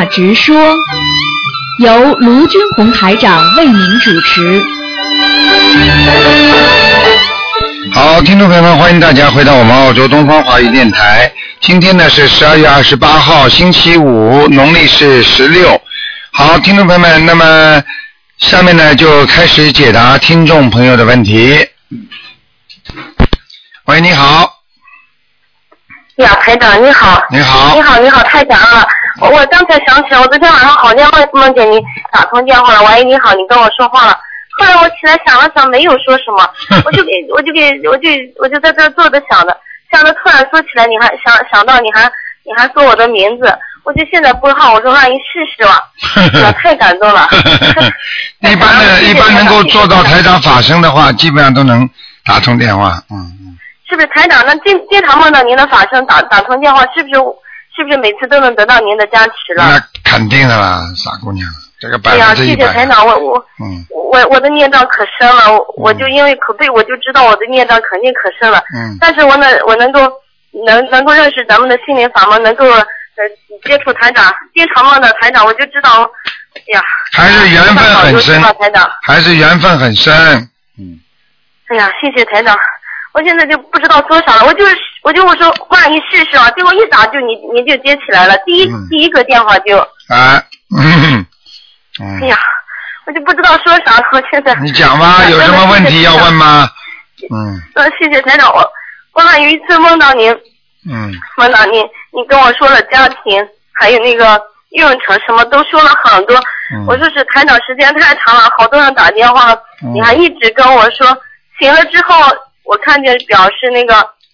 话直说，由卢军红台长为您主持。 好，听众朋友们，欢迎大家回到我们澳洲东方华语电台。今天呢是12月28号，星期五，农历是16。好，听众朋友们，那么下面呢就开始解答听众朋友的问题。喂，你好。 呀，台长你好。 你好。 你好，台长啊！我刚才想起来，我昨天晚上好像梦见你打通电话了。喂，你好，你跟我说话了。后来我起来想了想，没有说什么，我就在这坐着想着，突然说起来，你还想到你还说我的名字，我就现在拨号，我说万一试试吧，我太感动了。 一般能够做到台长法身的话，基本上都能打通电话， 是不是台长？那经常梦到您的法身打通电话，是不是每次都能得到您的加持了？ 那肯定的啦，傻姑娘，这个100%。 对呀，谢谢台长，我的孽障可深了，我就因为口对，我就知道我的孽障肯定可深了。但是我能够认识咱们的心灵法门，能够接触台长，经常梦到台长，我就知道，哎呀， 还是缘分很深， 台长， 还是缘分很深。 哎呀，谢谢台长。我现在就不知道多少了，我说万一试试啊，结果一打就你就接起来了，第一个电话就哎呀，我就不知道说啥了，我现在你讲吧，有什么问题要问吗？ 谢谢台长，我还有一次梦到您，梦到你跟我说了家庭，还有那个运程什么都说了很多，我说是台长时间太长了，好多人打电话，你还一直跟我说，醒了之后。我看见表是那个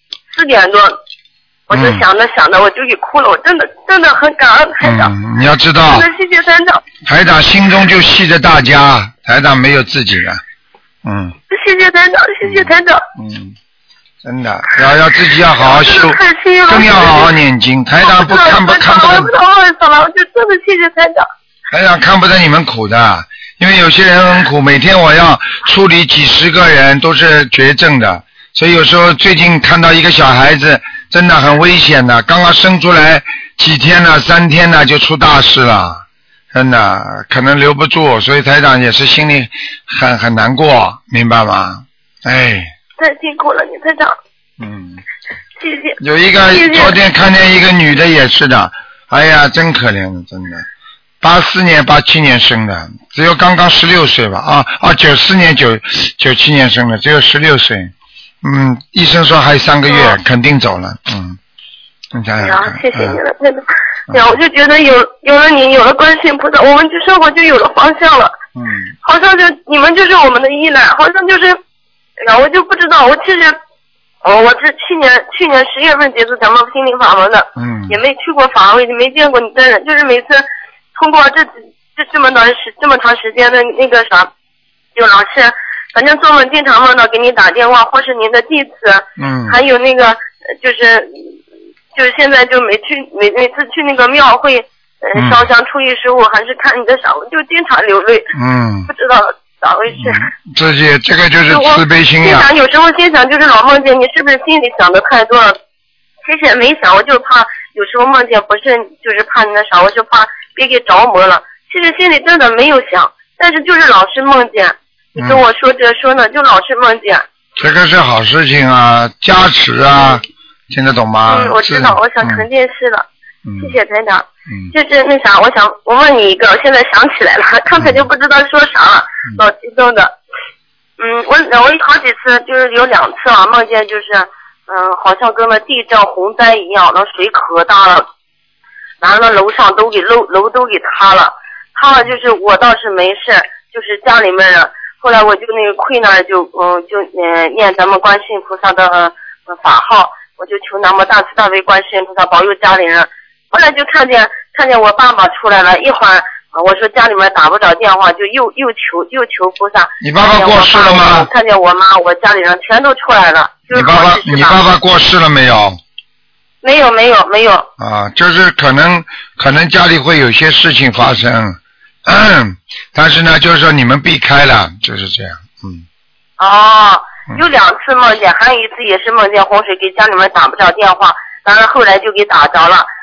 4点多，我就想着我就给哭了，我真的很感恩台长。 你要知道， 真的谢谢台长。 台长心中就系着大家，台长没有自己的。 谢谢台长，谢谢台长。 真的要自己要好好修，更要好好念经。台长看不得。 我不知道为什么，我就真的谢谢台长。 台长看不得你们苦的。因为有些人很苦，每天我要处理几十个人，都是绝症的，所以有时候最近看到一个小孩子真的很危险的，刚刚生出来几天呢，3天呢就出大事了，真的可能留不住，所以台长也是心里很难过，明白吗？哎， 太辛苦了，你台长。谢谢。 有一个昨天看见一个女的也是的，哎呀，真可怜的，真的。84年、87年生的，只有刚刚16岁吧？94年、97年生的，只有16岁。医生说还有3个月，肯定走了。你想想看。 谢谢你了，真的。我就觉得有了你，有了观世音菩萨，我们就生活就有了方向了。好像就你们就是我们的依赖，好像就是，我就不知道，我其实，我是去年10月份接触咱们心灵法门的，也没去过法会，没见过你真人，就是每次。通过这么长时间的那个啥，就老是反正做梦经常梦到给你打电话，或是您的弟子，还有那个就是现在就每次去那个庙会，烧香初一15，还是看你的啥，我就经常流泪，不知道咋回事。 这个就是慈悲心呀。 有时候心想就是老梦见你，是不是心里想的太多了？其实也没想，我就怕有时候梦见不是就是怕你那啥，我就怕。别给着魔了，其实心里真的没有想，但是就是老是梦见，你跟我说这说那，就老是梦见。这个是好事情啊，加持啊，听得懂吗？ 我知道，我想肯定是的。谢谢台长。就是那啥，我问你一个，我现在想起来了，刚才就不知道说啥了，老激动的。我好几次，就是有2次啊，梦见就是好像跟那地震洪灾一样，那水可大了。然后呢，楼上都给楼都给塌了，就是我倒是没事，就是家里面人。后来我就那个跪那儿就念咱们观世音菩萨的法号，我就求南无大慈大悲观世音菩萨保佑家里人。后来就看见我爸爸出来了，一会儿我说家里面打不着电话，就又求菩萨。 你爸爸过世了吗？ 看见我妈，我家里人全都出来了。 你爸爸过世了没有？ 没有。 就是可能家里会有些事情发生，但是呢，就是说你们避开了，就是这样， 有2次梦见，还有一次也是梦见洪水给家里面打不着电话，当然后来就给打着了，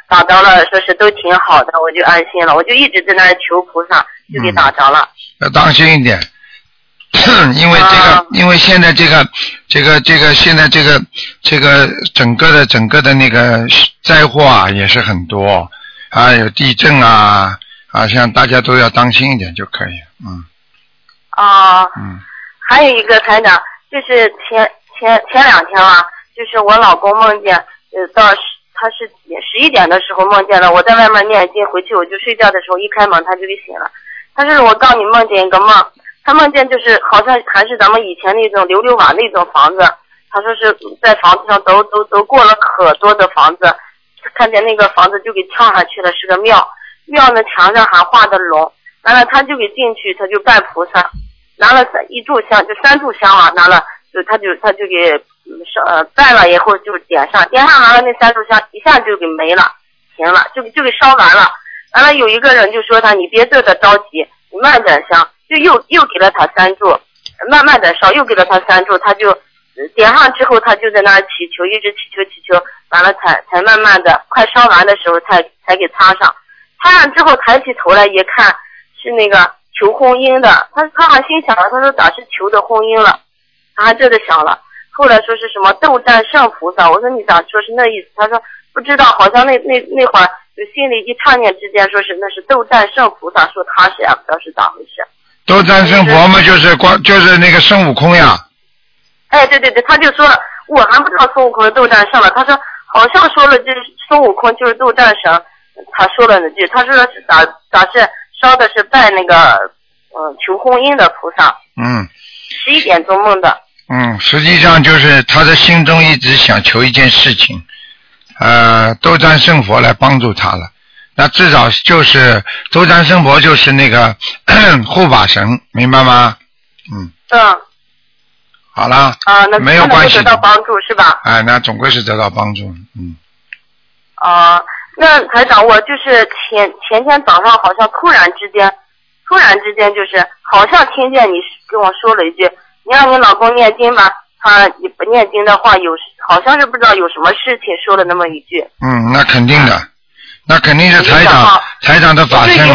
打着了，说是都挺好的，我就安心了，我就一直在那儿求菩萨，就给打着了。 要当心一点，因为因为现在这个现在这个整个的那个灾祸啊也是很多啊，有地震啊，像大家都要当心一点就可以。 还有一个台长，就是前2天啊，就是我老公梦见，到他是11点的时候梦见了，我在外面念经，回去我就睡觉的时候一开门他就给醒了。他说我告你梦见一个梦，他梦见就是好像还是咱们以前那种琉璃瓦那种房子，他说是在房子上都过了可多的房子，看见那个房子就给跳下去了，是个庙，庙的墙上还画的龙，完了他就给进去，他就拜菩萨，拿了一炷香，就3炷香啊，拿了他就给拜了以后就点上完了那3炷香一下就给没了，停了，就给烧完了。完了有一个人就说他，你别这么着急，你慢点香，就又给了他3炷，慢点烧，又给了他3炷，他就点上之后他就在那儿祈求，一直祈求，完了才慢慢的快烧完的时候才给插上之后抬起头来一看是那个求婚姻的，他还心想了，他说咋是求的婚姻了，他还这么想了。后来说是什么斗战胜菩萨，我说你咋说是那意思？他说不知道，好像那会儿就心里一刹念之间说是那是斗战胜菩萨，说他是不知道是咋回事。 斗战胜佛嘛，就是那个孙悟空呀。 哎，对，他就说我还不知道孙悟空是斗战胜了，他说好像说了就是孙悟空就是斗战胜，他说了那句，他说的是咋是烧的是拜那个求婚姻的菩萨。11点钟梦的。 实际上就是他的心中一直想求一件事情，斗战胜佛来帮助他了。那至少就是斗战胜佛就是那个护法神，明白吗？好了。 那没有关系。 得到帮助是吧？ 那总归是得到帮助。 那台长，我就是前天早上好像突然之间就是好像听见你跟我说了一句，你让你老公念经吧，他不念经的话好像是不知道有什么事情说了那么一句。 那肯定的，那肯定是台长的法身。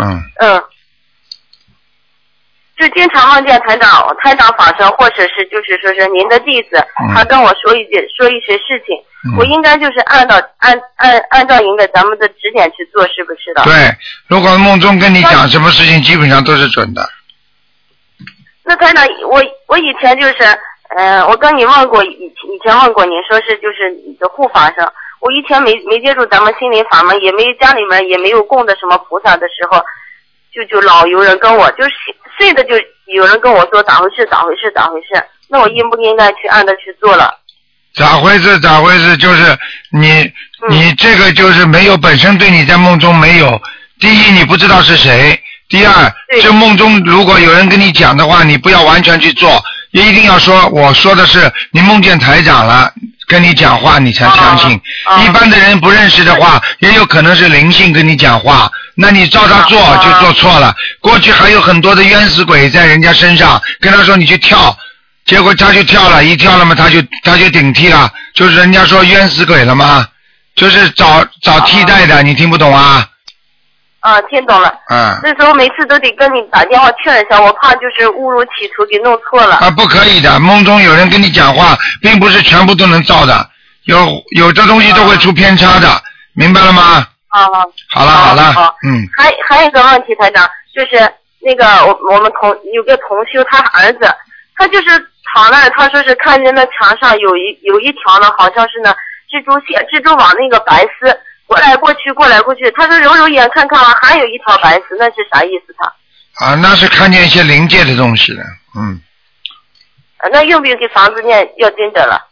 就经常梦见台长法身，或者是就是说是您的弟子，他跟我说一些事情，我应该就是按照应该咱们的指点去做，是不是的？ 对，如果梦中跟你讲什么事情，基本上都是准的。 那台长，我以前就是我跟你问过，以前问过您说是就是你的护法神，我以前没接触咱们心灵法门，家里面也没有供的什么菩萨的时候，就老有人跟我就是睡的就有人跟我说咋回事，那我应不应该去按着去做了？ 咋回事？就是你这个就是没有，本身对你在梦中没有。第一，你不知道是谁；第二，这梦中如果有人跟你讲的话，你不要完全去做，也一定要说我说的是你梦见台长了跟你讲话，你才相信。一般的人不认识的话，也有可能是灵性跟你讲话，那你照他做就做错了。过去还有很多的冤死鬼在人家身上，跟他说你去跳，结果他就跳了，一跳了嘛，他就顶替了，就是人家说冤死鬼了嘛，就是找替代的，你听不懂啊？ 听懂了。那时候每次都得跟你打电话确认一下，我怕就是误入歧途给弄错了。 不可以的，梦中有人跟你讲话，并不是全部都能照的，有的东西都会出偏差的，明白了吗？好了。 还有一个问题，台长，就是那个我们有个同修，他儿子，他就是躺那儿，他说是看见那墙上有一条呢，好像是那蜘蛛网那个白丝。过来过去，他说揉眼看看了，还有一条白丝，那是啥意思他？ 那是看见一些灵界的东西了。 那用不用给房子念要经者了？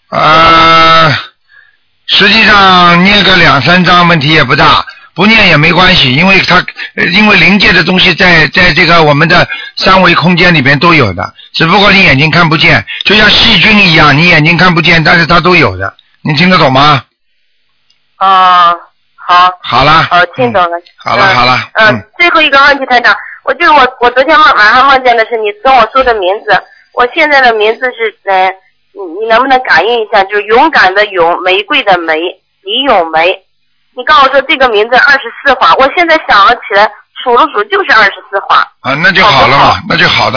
实际上念个2-3章问题也不大，不念也没关系，因为灵界的东西在这个我们的3维空间里边都有的，只不过你眼睛看不见，就像细菌一样，你眼睛看不见，但是它都有的，你听得懂吗？好了。 听懂了。 好了。 最后一个问题，台长，我昨天晚上梦见的是你跟我说的名字，我现在的名字是你能不能感应一下？就是勇敢的勇，玫瑰的玫，李咏梅。 你告诉我说这个名字24画，我现在想了起来，数了数就是24画。 啊，那就好了嘛，那就好的，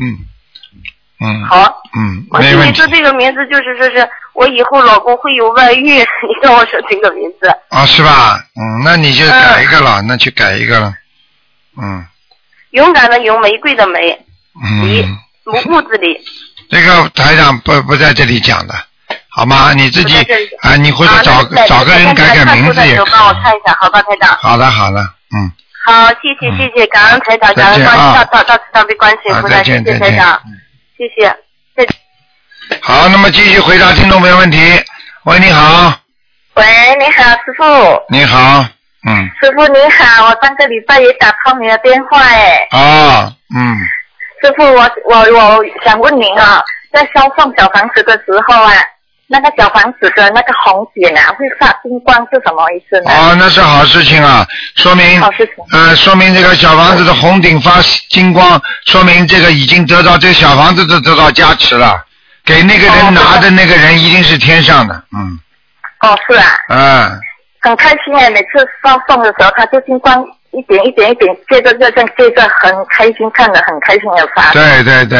好， 我听你说这个名字就是说是我以后老公会有外遇，你跟我说这个名字。 啊，是吧？那你就改一个了，那去改一个了。 勇敢的勇，玫瑰的玫，李木字李。 这个台长不在这里讲的，好吗？你自己啊，你或者找个人改名字也可以。 帮我看一下，好吧，台长。 好的，好， 谢谢，感恩台长，感恩大悲观世音菩萨，谢谢台长，谢谢。 好，那么继续回答听众朋友问题。喂，你好。 喂，你好，师傅。 你好， 师傅你好，我上个礼拜也打通你的电话哎。师傅，我想问您啊，在烧送小房子的时候啊，那个小房子的那个红点啊，会发金光是什么意思呢？ 那是好事情啊，说明说明这个小房子的红顶发金光，说明这个已经得到这个小房子都得到加持了，给那个人拿的那个人一定是天上的， 是啊。很开心哎，每次烧送的时候，他就金光一点一点一点，接着很开心，看得很开心的发。 对，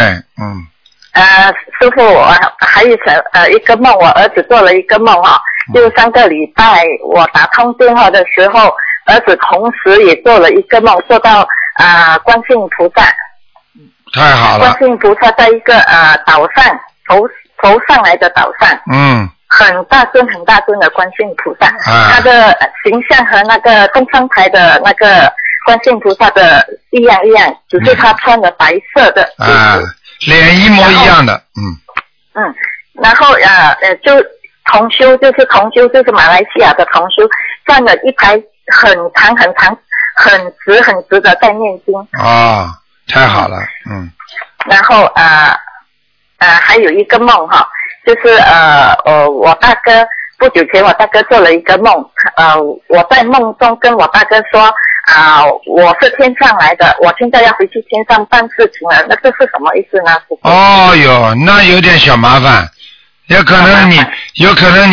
师傅，我还有一个梦，我儿子做了一个梦就上个礼拜我打通电话的时候，儿子同时也做了一个梦，做到观世音菩萨。 太好了。 观世音菩萨在一个岛上，头上来的岛上。很大尊的观世音菩萨，他的形象和那个东方台的那个观世音菩萨的一样，只是他穿的白色的脸一模一样的， 然后就同修就是马来西亚的同修，站了一排很长很直的在念经。 太好了， 然后还有一个梦就是我大哥不久前我大哥做了一个梦，我在梦中跟我大哥说我是天上来的，我现在要回去天上办事情了，那这是什么意思呢？ 那有点小麻烦，有可能你有可能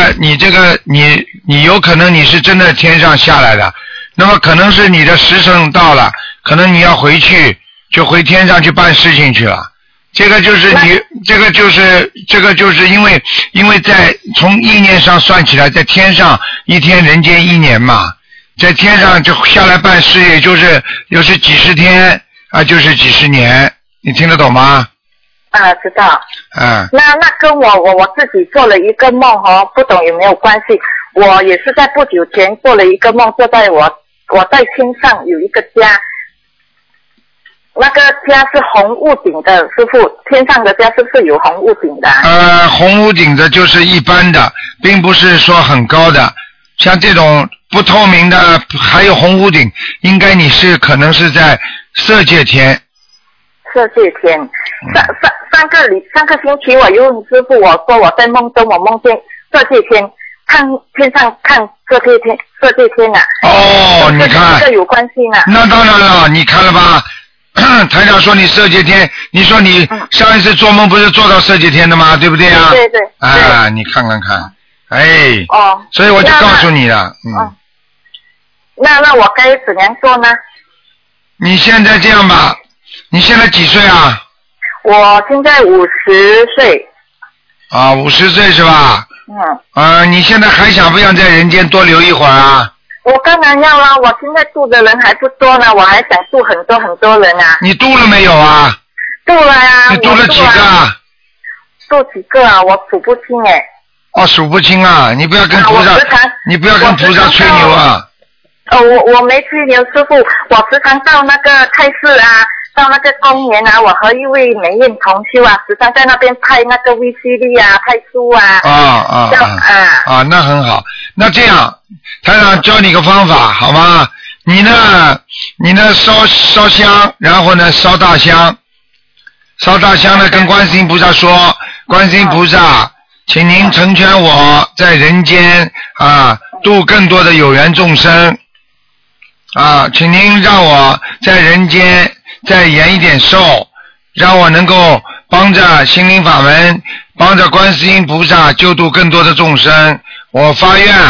你是真的天上下来的，那么可能是你的时辰到了，可能你要回去就回天上去办事情去了。这个就是因为在从意念上算起来，在天上一天，人间一年嘛，在天上就下来办事，也就是有时几十天就是几十年，你听得懂吗？ 知道。那跟我自己做了一个梦不懂有没有关系？我也是在不久前做了一个梦，就在我在天上有一个家。那个家是红屋顶的，师傅，天上的家是不是有红屋顶的？ 红屋顶的就是一般的，并不是说很高的。像这种不透明的，还有红屋顶，应该你可能是在色界天。 色界天。上个星期我又问师傅，我说我在梦中我梦见色界天，看天上看色界天你看。 这有关系呢？ 那当然了，你看了吧？台长说你色界天，你说你上一次做梦不是做到色界天的吗？对不对啊？ 对。 你看，所以我就告诉你了， 那我该怎样做呢？ 你现在这样吧，你现在几岁啊？ 我现在50岁。 50岁是吧？你现在还想不想在人间多留一会儿啊？ 我当然要啊，我现在度的人还不多呢，我还想度很多人啊。 你度了没有啊？ 度了呀。 你度了几个啊？ 度几个啊？我数不清数不清啊！你不要跟菩萨吹牛啊！ 我没吹牛，师傅，我时常到那个菜市到那个公园我和一位美艳同修时常在那边拍那个 VCD 拍书那很好。那这样，台长教你个方法好吗？你呢烧香，然后呢烧大香呢跟观世音菩萨说，观世音菩萨，请您成全我在人间度更多的有缘众生请您让我在人间再延一点寿，让我能够帮着心灵法门，帮着观世音菩萨救度更多的众生。我发愿，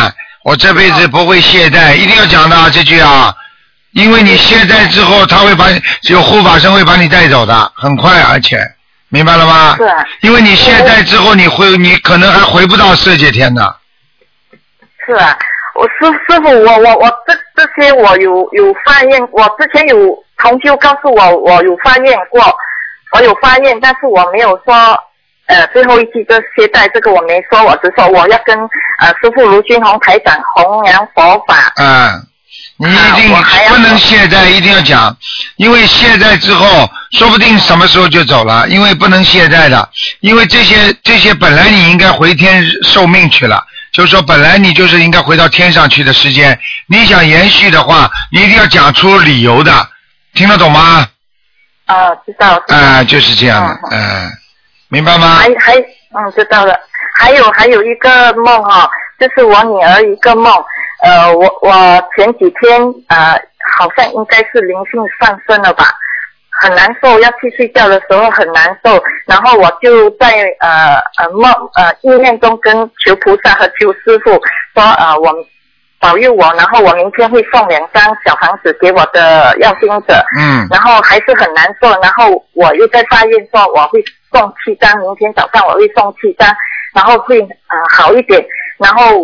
我这辈子不会懈怠，一定要讲的这句啊，因为你懈怠之后，他会有护法神会把你带走的，很快，而且明白了吗？ 是。 因为你懈怠之后，你可能还回不到色界天呢。 是啊，师傅，我这些我有发愿，我之前有同修告诉我有发愿过，我有发愿，但是我没有说最后一句这懈怠这个我没说，我只说我要跟师父卢军宏台长弘扬佛法。 你一定不能懈怠，一定要讲，因为懈怠之后，说不定什么时候就走了，因为不能懈怠的，因为这些本来你应该回天受命去了，就是说本来你就是应该回到天上去的时间，你想延续的话，你一定要讲出理由的，听得懂吗？ 知道。 就是这样的，明白吗？ 知道了。还有一个梦哈，就是我女儿一个梦。我前几天好像应该是灵性上升了吧，很难受，要去睡觉的时候很难受，然后我就在意念中跟求菩萨和求师父说我保佑我，然后我明天会送2张小房子给我的要经者，然后还是很难受，然后我又在发愿说我会送7张，明天早上我会送7张，然后会好一点，然后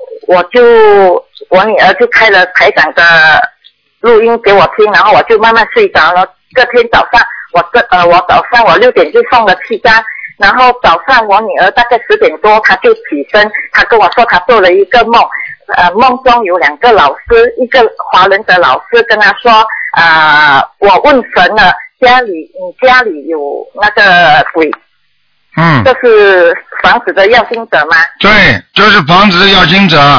我女儿就开了台长的录音给我听，然后我就慢慢睡着了。隔天早上我早上6点就送了7张，然后早上我女儿大概10点多她就起身，她跟我说她做了一个梦，梦中有2个老师，一个华人的老师跟她说我问神了，你家里有那个鬼，这是房子的要经者吗？ 对，就是房子的要经者。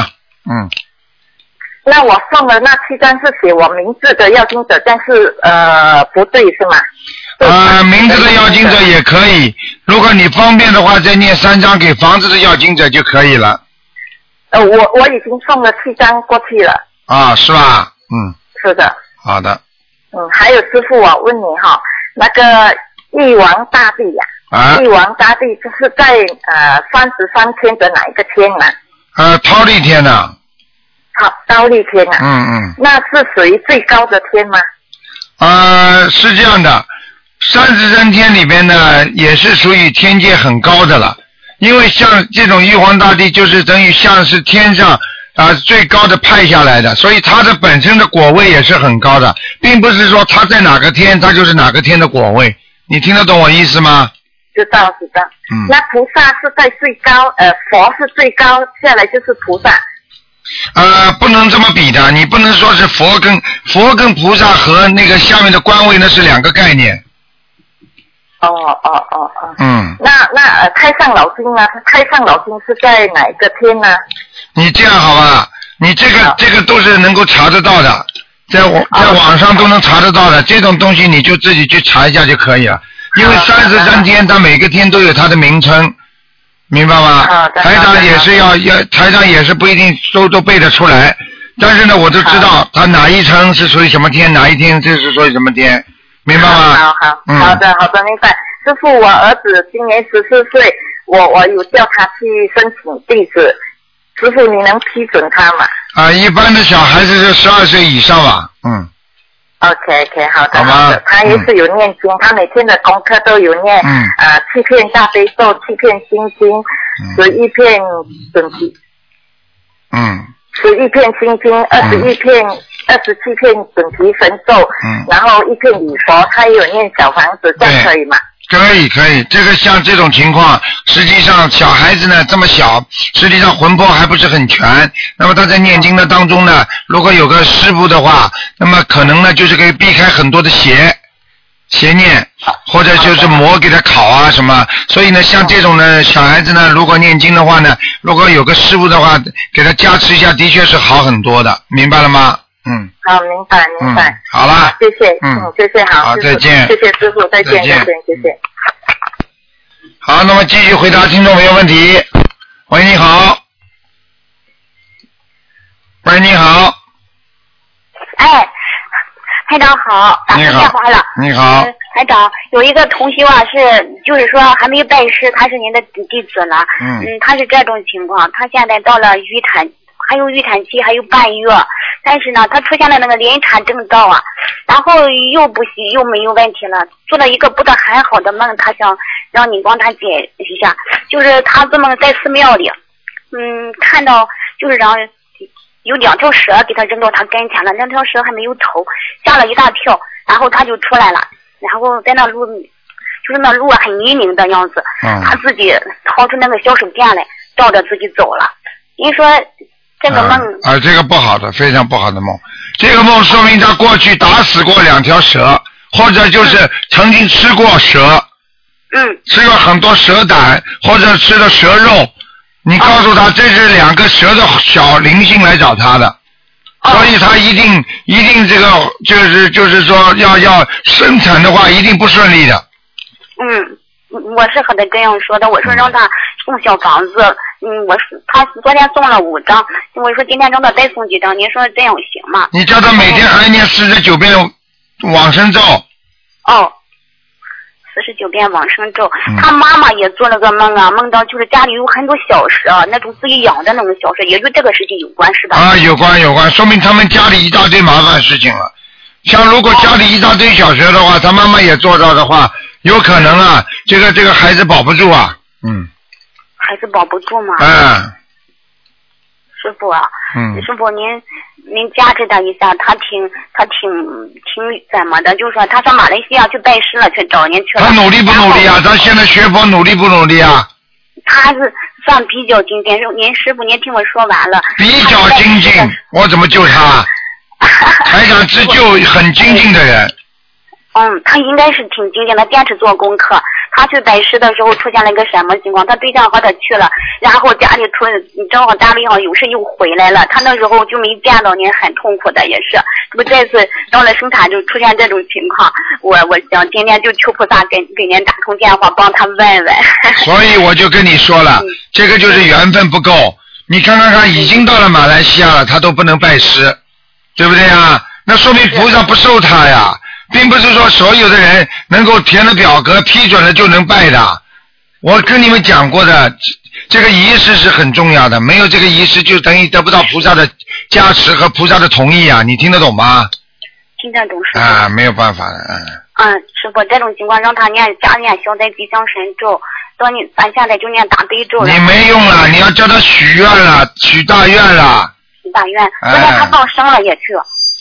那我送的那7张是写我名字的要经者，但是不对是吗？ 名字的要经者也可以，如果你方便的话，再念3张给房子的要经者就可以了。 我已经送了7张过去了。 是吧？ 是的。 好的。 还有师父，我问你哈，那个玉皇大帝玉皇大帝就是在33天的哪一个天呢？ 忉利天呢？ 忉利天啊。那是属于最高的天吗？ 是这样的，33天里边呢，也是属于天界很高的了。因为像这种玉皇大帝，就是等于像是天上最高的派下来的，所以他的本身的果位也是很高的，并不是说他在哪个天，他就是哪个天的果位。你听得懂我意思吗？ 知道。那菩萨是在最高，佛是最高，下来就是菩萨。 不能这么比的，你不能说是佛跟菩萨和那个下面的官位那是2个概念。 那太上老君呢？太上老君是在哪一个天呢？ 你这样好吧，你这个都是能够查得到的，在网上都能查得到的，这种东西你就自己去查一下就可以了。因为33天，它每个天都有它的名称，明白吗？台长也是台长也是不一定都背得出来，但是呢，我都知道它哪一层是属于什么天，哪一天就是属于什么天，明白吗？ 好的，明白。师父，我儿子今年14岁，我有叫他去申请弟子，师父你能批准他吗？ 一般的小孩子是12岁以上吧。 OK， 好的，他也是有念经，他每天的功课都有念，7片大悲咒，7片心经，11片准提，11片心经，27片准提神咒，然后1片礼佛，他也有念小房子，这样可以吗？ 可以，这个像这种情况，实际上小孩子呢这么小，实际上魂魄还不是很全，那么他在念经的当中呢，如果有个师父的话，那么可能呢就是可以避开很多的邪念，或者就是魔给他考什么，所以呢像这种呢小孩子呢，如果念经的话呢，如果有个师父的话给他加持一下，的确是好很多的，明白了吗？ 好，明白。 好了， 谢谢，谢谢， 好，再见， 谢谢师父，再见，谢谢。 好，那么继续回答听众朋友问题。喂，你好。喂，你好。 台长好，打通电话了。 你好。 台长，有一个同学就是说还没拜师，他是您的弟子了。他是这种情况，他现在到了盂坛还有预产期，还有半月，但是呢，他出现了那个临产征兆啊，然后又不行，又没有问题了，做了一个不得很好的梦，他想让你帮他解一下，就是他做梦在寺庙里，看到就是让有2条蛇给他扔到他跟前了，2条蛇还没有头，吓了一大跳，然后他就出来了，然后在那路。就是那路很泥泞的样子，他自己掏出那个小手电来，照着自己走了。您说这个梦这个不好的，非常不好的梦。这个梦说明他过去打死过2条蛇，或者就是曾经吃过蛇，吃过很多蛇胆，或者吃了蛇肉。你告诉他这是2个蛇的小灵性来找他的，所以他一定这个就是说要生产的话，一定不顺利的。 我是和他这样说的，我说让他送小房子，他昨天送了5张，我说今天让他再送几张，您说这样行吗？ 你叫他每天还念49遍往生咒。 49遍往生咒。他妈妈也做了个梦啊，梦到就是家里有很多小蛇，那种自己养的那种小蛇，也与这个事情有关是吧？有关，说明他们家里一大堆麻烦事情了。像如果家里一大堆小蛇的话，他妈妈也做到的话，有可能啊，这个孩子保不住啊。 孩子保不住吗？师傅啊，师傅您加持他一下，他挺怎么的？就是说他上马来西亚去拜师了，去找您去了。 他努力不努力啊？他现在学佛努力不努力啊？ 他是算比较精进，您师傅您听我说完了。 比较精进，我怎么救他？台长自救很精进的人。 他应该是挺精进的，坚持做功课。他去拜师的时候出现了一个什么情况？他对象和他去了，然后家里正好单位上有事又回来了，他那时候就没见到您，很痛苦的也是。不这次到了生产就出现这种情况，我想今天就求菩萨给您打通电话帮他问问。 所以我就跟你说了，这个就是缘分不够。你看，已经到了马来西亚了，他都不能拜师，对不对啊？那说明菩萨不受他呀。并不是说所有的人能够填了表格批准了就能拜的，我跟你们讲过的，这个仪式是很重要的，没有这个仪式就等于得不到菩萨的加持和菩萨的同意啊，你听得懂吗？ 听得懂师傅。 没有办法的。 师傅，这种情况让他加念消灾吉祥神咒，咱现在就念大悲咒。 你没用了，你要叫他许愿了，许大愿了。 许大愿，昨天他放生了也去。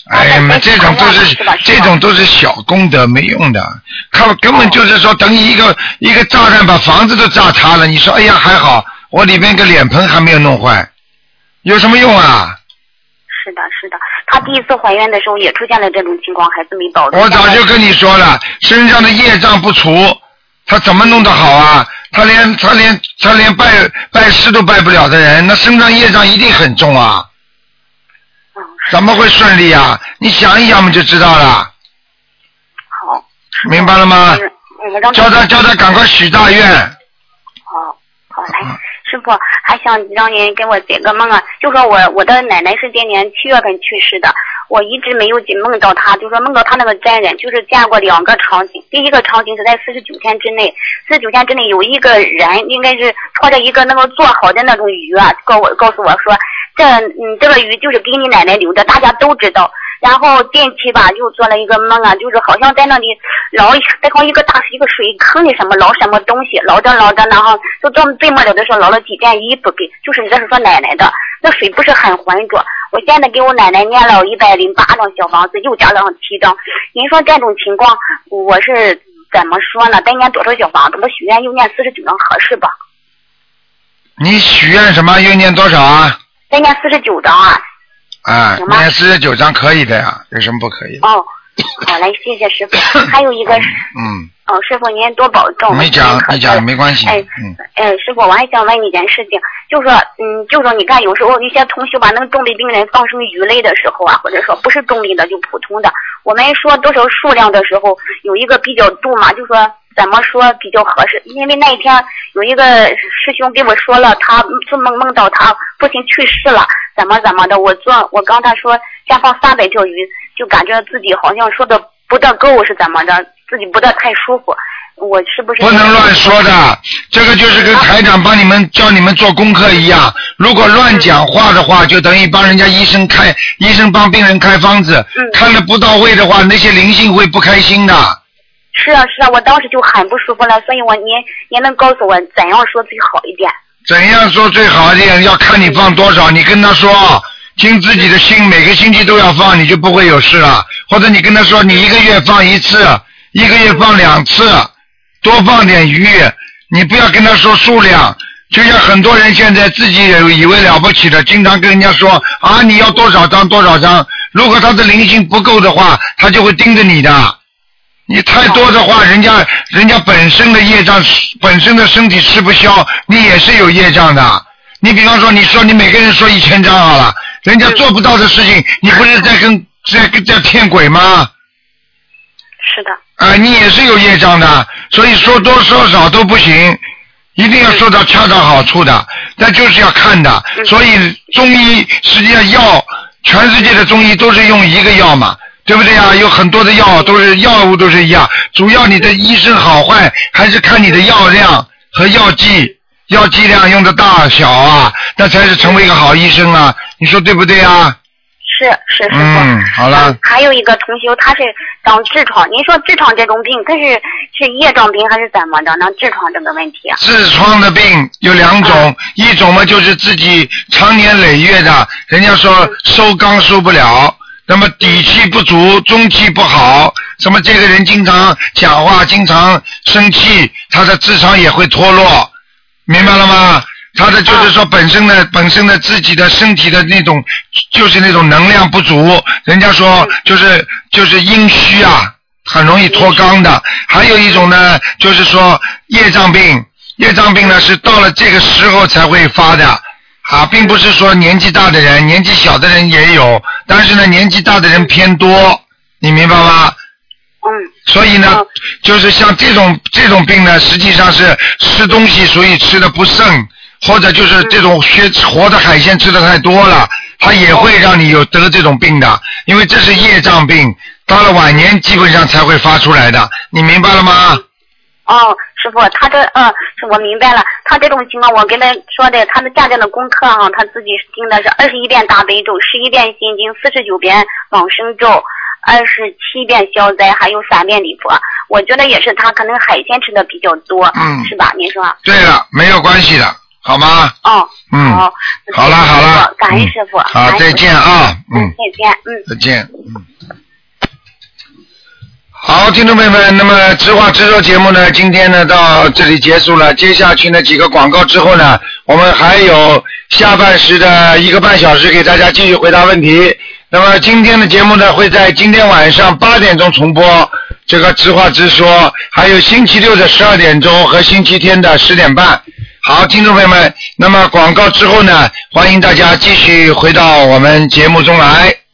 这种都是小功德，没用的。根本就是说，等于一个炸弹把房子都炸塌了。你说，哎呀，还好，我里面个脸盆还没有弄坏，有什么用啊？ 是的，她第一次怀孕的时候也出现了这种情况，孩子没保住。 我早就跟你说了，身上的业障不除，他怎么弄得好啊？他连拜师都拜不了的人，那身上业障一定很重啊。怎么会顺利啊？你想一想嘛就知道了。 好， 明白了吗？叫他赶快许大愿。 好来，师傅还想让您给我解个梦啊，就说我的奶奶是今年7月份去世的，我一直没有梦到她，就说梦到她那个真人，就是见过2个场景。第一个场景是在49天之内有一个人应该是拖着一个那个做好的那种鱼啊，告诉我说这个鱼就是给你奶奶留的，大家都知道。然后近期吧又做了一个梦啊，就是好像在那里捞一个水坑里什么捞什么东西，捞着，然后就到最末了的时候捞了几件衣服给，就是这是说奶奶的，那水不是很浑浊。我现在给我奶奶念了108张小房子，又加了7张。您说这种情况我是怎么说呢？再念多少小房子？我许愿又念49张合适吧？ 你许愿什么？又念多少啊？ 再念49张啊。 念49张可以的呀，有什么不可以？ 好嘞，谢谢师傅。还有一个师傅您多保重。 没讲没关系。 师傅，我还想问你一件事情，就说你看有时候一些同学把那个重病病人放生鱼类的时候啊，或者说不是重病的就普通的，我们说多少数量的时候有一个比较度嘛，就说怎么说比较合适？因为那一天有一个师兄跟我说了，他做梦到他父亲去世了，怎么的，我刚他说先放300条鱼，就感觉自己好像说的不得够是怎么的， 自己不得太舒服，我是不是不能乱说的？这个就是跟台长帮你们教你们做功课一样，如果乱讲话的话，就等于帮人家医生帮病人开方子，看得不到位的话，那些灵性会不开心的。 是啊，我当时就很不舒服了，所以您能告诉我怎样说最好一点？ 怎样说最好一点？要看你放多少，你跟他说，听自己的心，每个星期都要放，你就不会有事了。或者你跟他说，你1个月放1次，1个月放2次，多放点鱼。你不要跟他说数量，就像很多人现在自己以为了不起的，经常跟人家说啊，你要多少张多少张。如果他的灵性不够的话，他就会盯着你的。你太多的话，人家本身的业障，本身的身体吃不消，你也是有业障的。你比方说，你说你每个人说1000张好了，人家做不到的事情，你不是在骗鬼吗？ 是的。 你也是有业障的，所以说多说少都不行，一定要说到恰到好处的，那就是要看的。所以中医实际上药，全世界的中医都是用一个药嘛。对不对呀？有很多的药物都是一样，主要你的医生好坏还是看你的药量和药剂量用的大小啊，那才是成为一个好医生啊。你说对不对啊？ 是师傅。 好了。 还有一个同修，他是长痔疮，您说痔疮这种病，它是业障病还是怎么着呢？痔疮这个问题啊？ 痔疮的病有2种，一种嘛就是自己长年累月的，人家说收缸收不了。那么底气不足，中气不好，什么这个人经常讲话，经常生气，他的痔疮也会脱落，明白了吗？他的就是说本身的自己的身体的那种，就是那种能量不足，人家说就是阴虚啊，很容易脱肛的。还有一种呢，就是说业障病，业障病呢是到了这个时候才会发的。并不是说年纪大的人，年纪小的人也有，但是呢，年纪大的人偏多，你明白吗？所以呢，就是像这种病呢，实际上是吃东西所以吃的不慎，或者就是这种活的海鲜吃的太多了，它也会让你有得这种病的，因为这是业障病，到了晚年基本上才会发出来的，你明白了吗？ 师傅，他我明白了。他这种情况，我跟他说的，他的家庭的功课他自己听的是21遍大悲咒，11遍心经，49遍往生咒，27遍消灾，还有3遍礼佛。我觉得也是他可能海鲜吃的比较多，是吧？您说？对了，没有关系的，好吗？好了， 感恩师傅。 好，再见啊。 再见。 再见。好，听众朋友们，那么直话直说节目呢，今天呢到这里结束了。接下去呢几个广告之后呢，我们还有下半时的1个半小时给大家继续回答问题。那么今天的节目呢会在今天晚上8点钟重播这个直话直说，还有星期六的12点钟和星期天的10点半。好，听众朋友们，那么广告之后呢，欢迎大家继续回到我们节目中来。